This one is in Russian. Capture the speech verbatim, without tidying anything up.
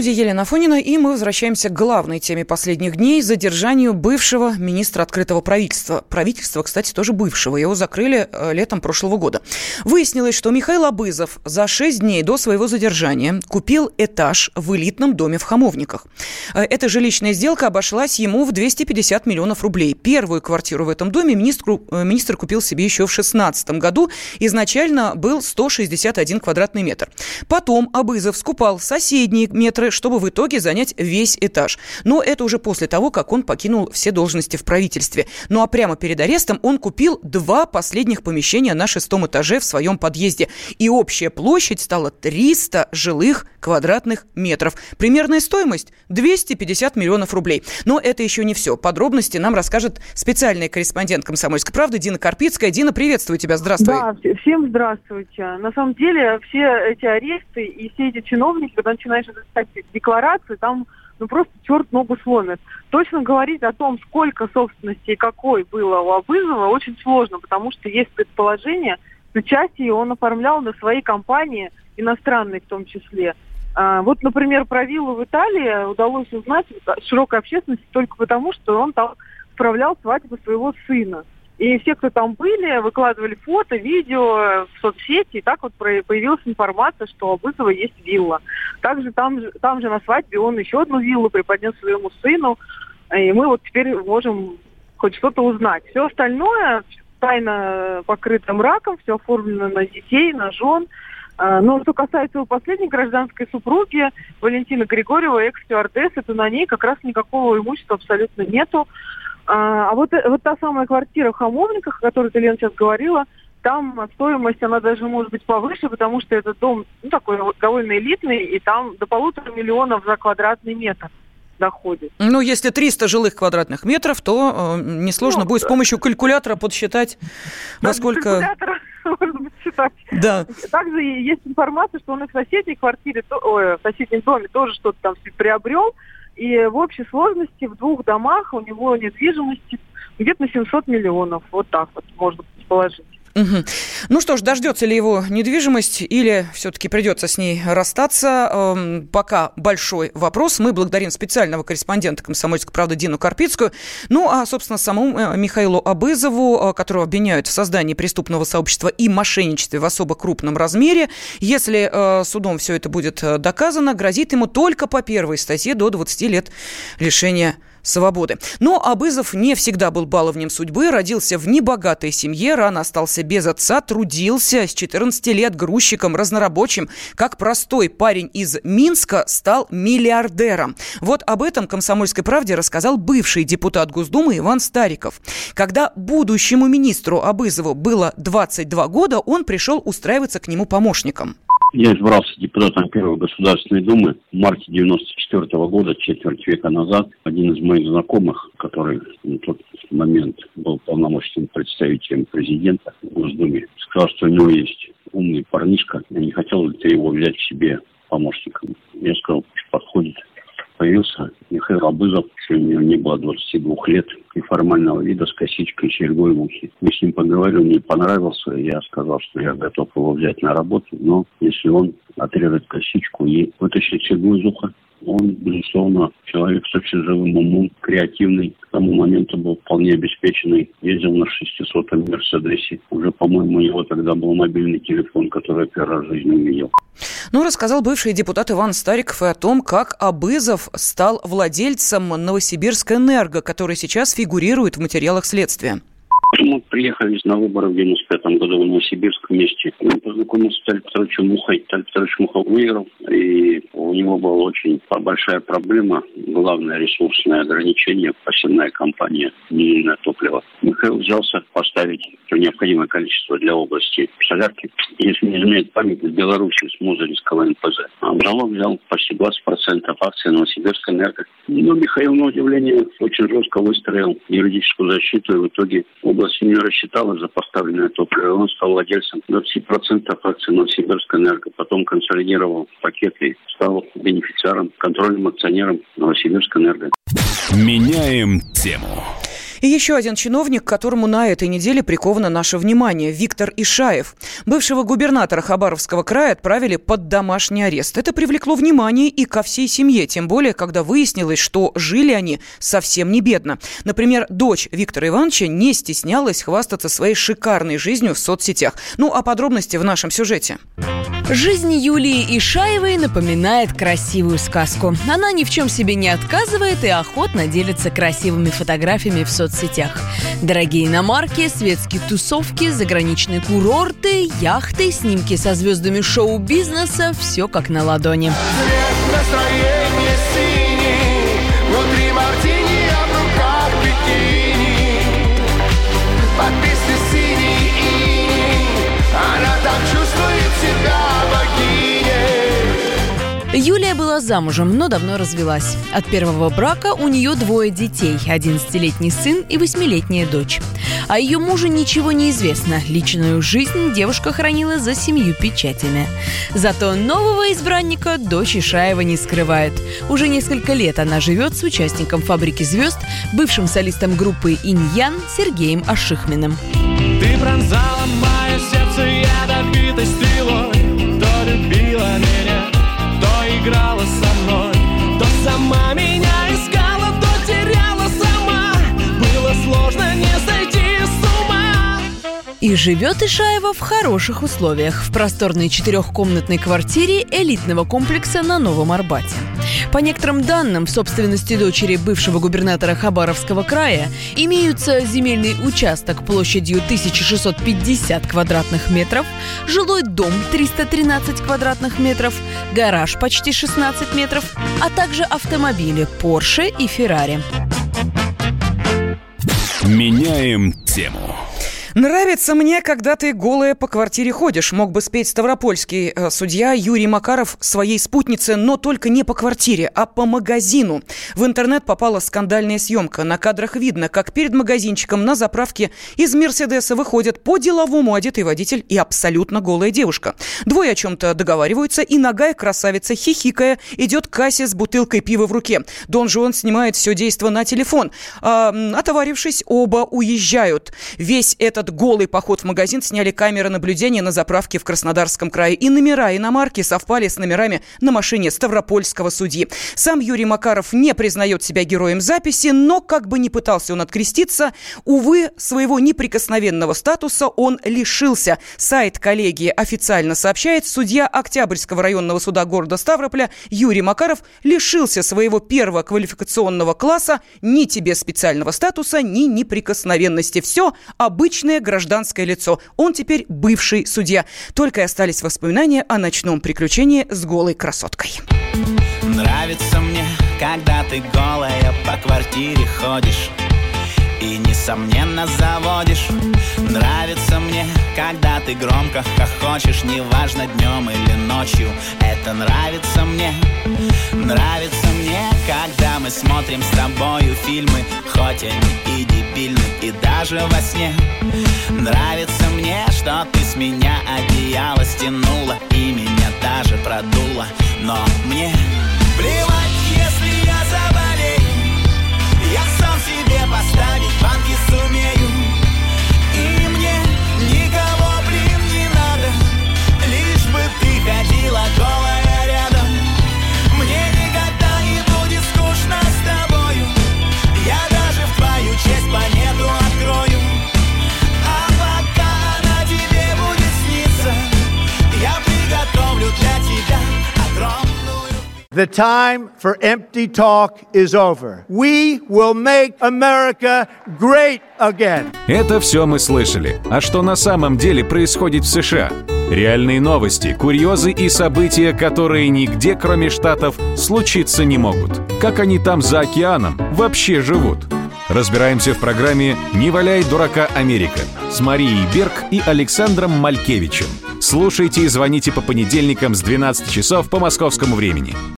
студии Елена Афонина, и мы возвращаемся к главной теме последних дней – задержанию бывшего министра открытого правительства. Правительство, кстати, тоже бывшего. Его закрыли летом прошлого года. Выяснилось, что Михаил Абызов за шесть дней до своего задержания купил этаж в элитном доме в Хамовниках. Эта жилищная сделка обошлась ему в двести пятьдесят миллионов рублей. Первую квартиру в этом доме министр, министр купил себе еще в две тысячи шестнадцатом году. Изначально был сто шестьдесят один квадратный метр. Потом Абызов скупал соседние метры, чтобы в итоге занять весь этаж. Но это уже после того, как он покинул все должности в правительстве. Ну а прямо перед арестом он купил два последних помещения на шестом этаже в своем подъезде. И общая площадь стала триста жилых квадратных метров. Примерная стоимость двести пятьдесят миллионов рублей. Но это еще не все. Подробности нам расскажет специальный корреспондент «Комсомольской правды» Дина Карпицкая. Дина, приветствую тебя. Здравствуй. Да, всем здравствуйте. На самом деле все эти аресты и все эти чиновники, когда начинаешь писать декларации, там ну просто черт ногу сломит. Точно говорить о том, сколько собственности и какой было у Абызова, очень сложно, потому что есть предположение, что часть ее он оформлял на свои компании, иностранные в том числе. А, вот, например, про виллу в Италии удалось узнать широкой общественности только потому, что он там справлял свадьбу своего сына. И все, кто там были, выкладывали фото, видео в соцсети, и так вот появилась информация, что у Абызова есть вилла. Также там, там же на свадьбе он еще одну виллу преподнес своему сыну, и мы вот теперь можем хоть что-то узнать. Все остальное тайно покрыто мраком, все оформлено на детей, на жен. Но что касается его последней гражданской супруги, Валентины Григорьевой, экс-стюардессы, то на ней как раз никакого имущества абсолютно нету. А вот, вот та самая квартира в Хамовниках, о которой ты, Лена, сейчас говорила, там стоимость, она даже может быть повыше, потому что этот дом ну, такой довольно элитный, и там до полутора миллионов за квадратный метр доходит. Ну, если триста жилых квадратных метров, то э, несложно ну, будет да. с помощью калькулятора подсчитать, во да, сколько... Калькулятора можно подсчитать. Да. Также есть информация, что он и в соседней квартире, ой, в соседнем доме тоже что-то там приобрел. И в общей сложности в двух домах у него недвижимости где-то на семьсот миллионов. Вот так вот можно предположить. Угу. Ну что ж, дождется ли его недвижимость или все-таки придется с ней расстаться? Эм, пока большой вопрос. Мы благодарим специального корреспондента «Комсомольской правды» Дину Карпицкую. Ну, а, собственно, самому Михаилу Абызову, которого обвиняют в создании преступного сообщества и мошенничестве в особо крупном размере, если э, судом все это будет доказано, грозит ему только по первой статье до двадцати лет лишения свободы. Но Абызов не всегда был баловнем судьбы, родился в небогатой семье, рано остался без отца, трудился с четырнадцати лет грузчиком, разнорабочим. Как простой парень из Минска стал миллиардером. Вот об этом «Комсомольской правде» рассказал бывший депутат Госдумы Иван Стариков. Когда будущему министру Абызову было двадцать два года, он пришел устраиваться к нему помощником. Я избрался депутатом Первой Государственной Думы в марте девяносто четвёртого года, четверть века назад. Один из моих знакомых, который на тот момент был полномочным представителем президента в Госдуме, сказал, что у него есть умный парнишка, я не хотел ли ты его взять к себе помощником. Я сказал, что подходит. Появился Михаил Абызов, у него не было двадцати двух лет, неформального вида, с косичкой, серьгой в ухе. Мы с ним поговорили, он мне понравился, я сказал, что я готов его взять на работу, но если он отрежет косичку и вытащит серьгу из уха, он, безусловно, человек с очень живым умом, креативный, к тому моменту был вполне обеспеченный, ездил на шестисотом Мерседесе. Уже, по-моему, у него тогда был мобильный телефон, который я первый раз в жизни увидел. Ну, рассказал бывший депутат Иван Стариков и о том, как Абызов стал владельцем Новосибирскэнерго, который сейчас фигурирует в материалах следствия. Мы приехали на выборы в девяносто пятом году в Новосибирск вместе. Мы познакомились с Виталием Петровичем Мухой. Виталий Петрович Муха выиграл, и у него была очень большая проблема. Главное ресурсное ограничение, посевная компания, дизельное топливо. Михаил взялся поставить необходимое количество для области солярки. Если не изменяет память, в Беларуси с Мозыревского эн пэ зэ. А в залог взял почти двадцать процентов акций Новосибирскэнерго. Но Михаил, на удивление, очень жестко выстроил юридическую защиту, и в итоге область не рассчиталась за поставленное топливо. Он стал владельцем двадцать процентов акций Новосибирскэнерго. Потом консолидировал пакеты, стал бенефициаром, контрольным акционером Новосибирскэнерго. Меняем тему. И еще один чиновник, к которому на этой неделе приковано наше внимание – Виктор Ишаев. Бывшего губернатора Хабаровского края отправили под домашний арест. Это привлекло внимание и ко всей семье, тем более, когда выяснилось, что жили они совсем не бедно. Например, дочь Виктора Ивановича не стеснялась хвастаться своей шикарной жизнью в соцсетях. Ну, а подробности в нашем сюжете. Жизнь Юлии Ишаевой напоминает красивую сказку. Она ни в чем себе не отказывает и охотно делится красивыми фотографиями в соцсетях. Дорогие иномарки, светские тусовки, заграничные курорты, яхты, снимки со звездами шоу-бизнеса – все как на ладони. Цвет настроения синий, внутри мартини, а в руках бикини. Подписаны синий иней, она так чувствует себя богиней. Юлия была замужем, но давно развелась. От первого брака у нее двое детей – одиннадцатилетний сын и восьмилетняя дочь. О ее муже ничего не известно. Личную жизнь девушка хранила за семью печатями. Зато нового избранника дочь Ишаева не скрывает. Уже несколько лет она живет с участником «Фабрики звезд», бывшим солистом группы «Инь-Ян» Сергеем Ашихминым. Ты пронзала мое сердце ядовитой стрелой. То любила меня, то играла со мной, то сама меня искала, то теряла сама. Было сложно не сойти с ума. И живет Ишаева в хороших условиях, в просторной четырехкомнатной квартире элитного комплекса на Новом Арбате. По некоторым данным, в собственности дочери бывшего губернатора Хабаровского края имеются земельный участок площадью тысяча шестьсот пятьдесят квадратных метров, жилой дом триста тринадцать квадратных метров, гараж почти шестнадцать метров, а также автомобили Porsche и Ferrari. Меняем тему. Нравится мне, когда ты голая по квартире ходишь. Мог бы спеть ставропольский э, судья Юрий Макаров своей спутнице, но только не по квартире, а по магазину. В интернет попала скандальная съемка. На кадрах видно, как перед магазинчиком на заправке из «Мерседеса» выходят по-деловому одетый водитель и абсолютно голая девушка. Двое о чем-то договариваются, и нагая красавица, хихикая, идет к кассе с бутылкой пива в руке. Дон Жуан снимает все действо на телефон. А, отоварившись, оба уезжают. Весь этот голый поход в магазин сняли камеры наблюдения на заправке в Краснодарском крае. И номера иномарки совпали с номерами на машине ставропольского судьи. Сам Юрий Макаров не признает себя героем записи, но как бы ни пытался он откреститься, увы, своего неприкосновенного статуса он лишился. Сайт коллегии официально сообщает, судья Октябрьского районного суда города Ставрополя Юрий Макаров лишился своего первого квалификационного класса, ни тебе специального статуса, ни неприкосновенности. Все обычное гражданское лицо. Он теперь бывший судья. Только и остались воспоминания о ночном приключении с голой красоткой. Нравится мне, когда ты голая по квартире ходишь и, несомненно, заводишь. Нравится мне, когда ты громко хохочешь, неважно, днем или ночью. Это нравится мне. Нравится мне, когда мы смотрим с тобою фильмы, хоть они и дебильны, и даже во сне. Нравится мне, что ты с меня одеяло стянула и меня даже продула. Но мне плевать, если я заболею, я сам себе поставить банки сумею. И мне никого, блин, не надо, лишь бы ты ходила голая рядом. Мне никогда не будет скучно с тобою, я даже в твою честь планету открою. А пока она тебе будет сниться, я приготовлю для тебя огромную. The time for empty talk is over. We will make America great again. Это все мы слышали. А что на самом деле происходит в США? Реальные новости, курьезы и события, которые нигде, кроме Штатов, случиться не могут. Как они там за океаном вообще живут? Разбираемся в программе «Не валяй дурака, Америка» с Марией Берг и Александром Малькевичем. Слушайте и звоните по понедельникам с двенадцати часов по московскому времени.